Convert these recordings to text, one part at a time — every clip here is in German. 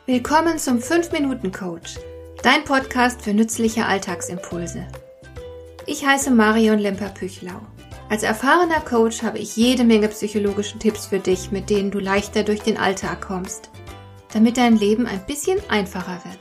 Willkommen zum 5-Minuten-Coach, dein Podcast für nützliche Alltagsimpulse. Ich heiße Marion Lemper-Püchlau. Als erfahrener Coach habe ich jede Menge psychologische Tipps für dich, mit denen du leichter durch den Alltag kommst, damit dein Leben ein bisschen einfacher wird.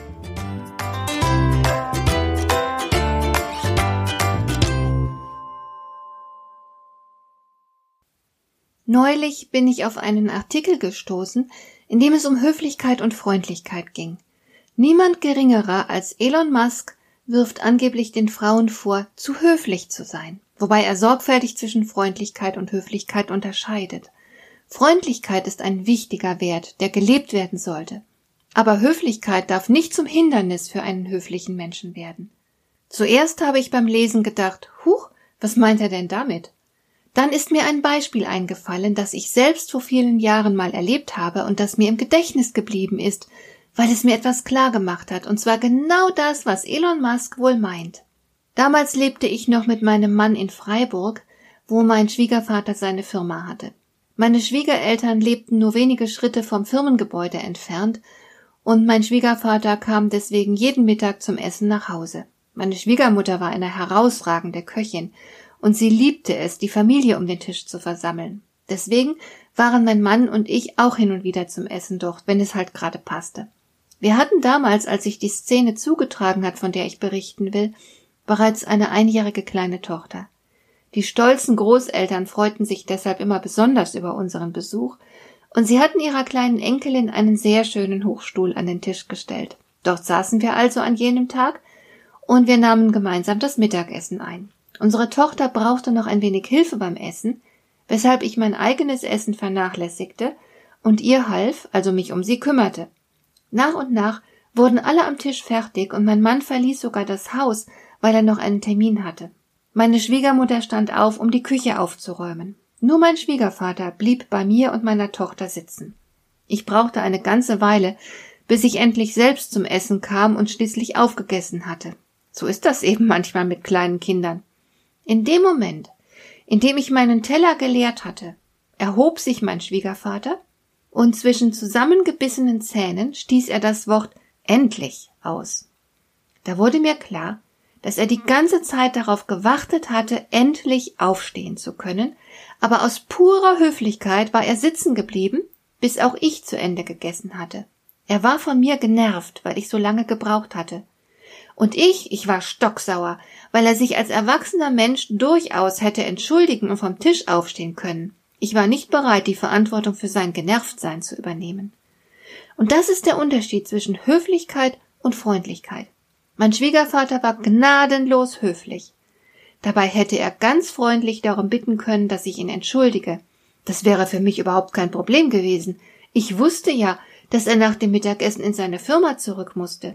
Neulich bin ich auf einen Artikel gestoßen, in dem es um Höflichkeit und Freundlichkeit ging. Niemand geringerer als Elon Musk wirft angeblich den Frauen vor, zu höflich zu sein, wobei er sorgfältig zwischen Freundlichkeit und Höflichkeit unterscheidet. Freundlichkeit ist ein wichtiger Wert, der gelebt werden sollte. Aber Höflichkeit darf nicht zum Hindernis für einen höflichen Menschen werden. Zuerst habe ich beim Lesen gedacht, huch, was meint er denn damit? Dann ist mir ein Beispiel eingefallen, das ich selbst vor vielen Jahren mal erlebt habe und das mir im Gedächtnis geblieben ist, weil es mir etwas klar gemacht hat, und zwar genau das, was Elon Musk wohl meint. Damals lebte ich noch mit meinem Mann in Freiburg, wo mein Schwiegervater seine Firma hatte. Meine Schwiegereltern lebten nur wenige Schritte vom Firmengebäude entfernt und mein Schwiegervater kam deswegen jeden Mittag zum Essen nach Hause. Meine Schwiegermutter war eine herausragende Köchin und sie liebte es, die Familie um den Tisch zu versammeln. Deswegen waren mein Mann und ich auch hin und wieder zum Essen dort, wenn es halt gerade passte. Wir hatten damals, als sich die Szene zugetragen hat, von der ich berichten will, bereits eine 1-jährige kleine Tochter. Die stolzen Großeltern freuten sich deshalb immer besonders über unseren Besuch, und sie hatten ihrer kleinen Enkelin einen sehr schönen Hochstuhl an den Tisch gestellt. Dort saßen wir also an jenem Tag, und wir nahmen gemeinsam das Mittagessen ein. Unsere Tochter brauchte noch ein wenig Hilfe beim Essen, weshalb ich mein eigenes Essen vernachlässigte und ihr half, also mich um sie kümmerte. Nach und nach wurden alle am Tisch fertig und mein Mann verließ sogar das Haus, weil er noch einen Termin hatte. Meine Schwiegermutter stand auf, um die Küche aufzuräumen. Nur mein Schwiegervater blieb bei mir und meiner Tochter sitzen. Ich brauchte eine ganze Weile, bis ich endlich selbst zum Essen kam und schließlich aufgegessen hatte. So ist das eben manchmal mit kleinen Kindern. In dem Moment, in dem ich meinen Teller geleert hatte, erhob sich mein Schwiegervater und zwischen zusammengebissenen Zähnen stieß er das Wort »endlich« aus. Da wurde mir klar, dass er die ganze Zeit darauf gewartet hatte, endlich aufstehen zu können, aber aus purer Höflichkeit war er sitzen geblieben, bis auch ich zu Ende gegessen hatte. Er war von mir genervt, weil ich so lange gebraucht hatte. Und ich war stocksauer, weil er sich als erwachsener Mensch durchaus hätte entschuldigen und vom Tisch aufstehen können. Ich war nicht bereit, die Verantwortung für sein Genervtsein zu übernehmen. Und das ist der Unterschied zwischen Höflichkeit und Freundlichkeit. Mein Schwiegervater war gnadenlos höflich. Dabei hätte er ganz freundlich darum bitten können, dass ich ihn entschuldige. Das wäre für mich überhaupt kein Problem gewesen. Ich wusste ja, dass er nach dem Mittagessen in seine Firma zurück musste.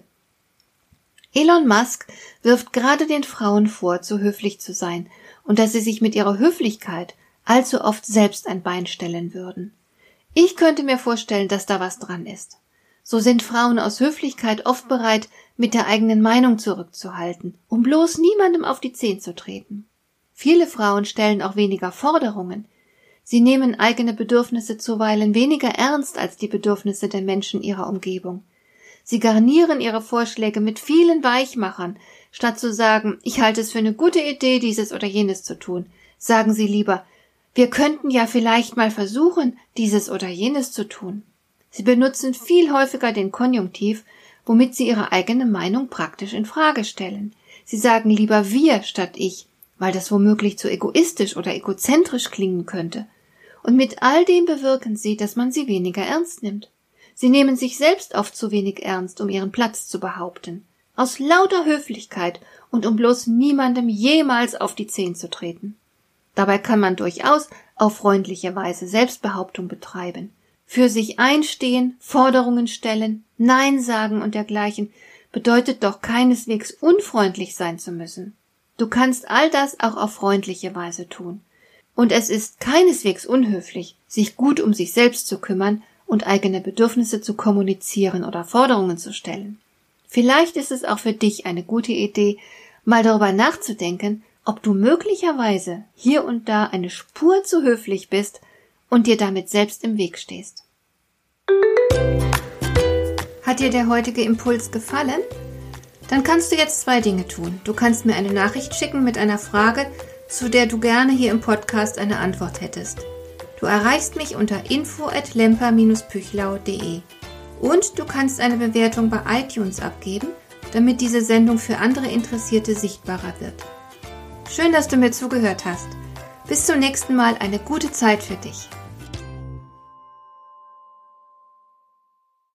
Elon Musk wirft gerade den Frauen vor, zu höflich zu sein und dass sie sich mit ihrer Höflichkeit allzu oft selbst ein Bein stellen würden. Ich könnte mir vorstellen, dass da was dran ist. So sind Frauen aus Höflichkeit oft bereit, mit der eigenen Meinung zurückzuhalten, um bloß niemandem auf die Zehen zu treten. Viele Frauen stellen auch weniger Forderungen. Sie nehmen eigene Bedürfnisse zuweilen weniger ernst als die Bedürfnisse der Menschen ihrer Umgebung. Sie garnieren ihre Vorschläge mit vielen Weichmachern. Statt zu sagen, ich halte es für eine gute Idee, dieses oder jenes zu tun, sagen sie lieber, wir könnten ja vielleicht mal versuchen, dieses oder jenes zu tun. Sie benutzen viel häufiger den Konjunktiv, womit sie ihre eigene Meinung praktisch in Frage stellen. Sie sagen lieber wir statt ich, weil das womöglich zu egoistisch oder egozentrisch klingen könnte. Und mit all dem bewirken sie, dass man sie weniger ernst nimmt. Sie nehmen sich selbst oft zu wenig ernst, um ihren Platz zu behaupten. Aus lauter Höflichkeit und um bloß niemandem jemals auf die Zehen zu treten. Dabei kann man durchaus auf freundliche Weise Selbstbehauptung betreiben. Für sich einstehen, Forderungen stellen, Nein sagen und dergleichen bedeutet doch keineswegs unfreundlich sein zu müssen. Du kannst all das auch auf freundliche Weise tun. Und es ist keineswegs unhöflich, sich gut um sich selbst zu kümmern und eigene Bedürfnisse zu kommunizieren oder Forderungen zu stellen. Vielleicht ist es auch für dich eine gute Idee, mal darüber nachzudenken, ob du möglicherweise hier und da eine Spur zu höflich bist und dir damit selbst im Weg stehst. Hat dir der heutige Impuls gefallen? Dann kannst du jetzt 2 Dinge tun. Du kannst mir eine Nachricht schicken mit einer Frage, zu der du gerne hier im Podcast eine Antwort hättest. Du erreichst mich unter info@lemper-püchlau.de. Und du kannst eine Bewertung bei iTunes abgeben, damit diese Sendung für andere Interessierte sichtbarer wird. Schön, dass du mir zugehört hast. Bis zum nächsten Mal, eine gute Zeit für dich.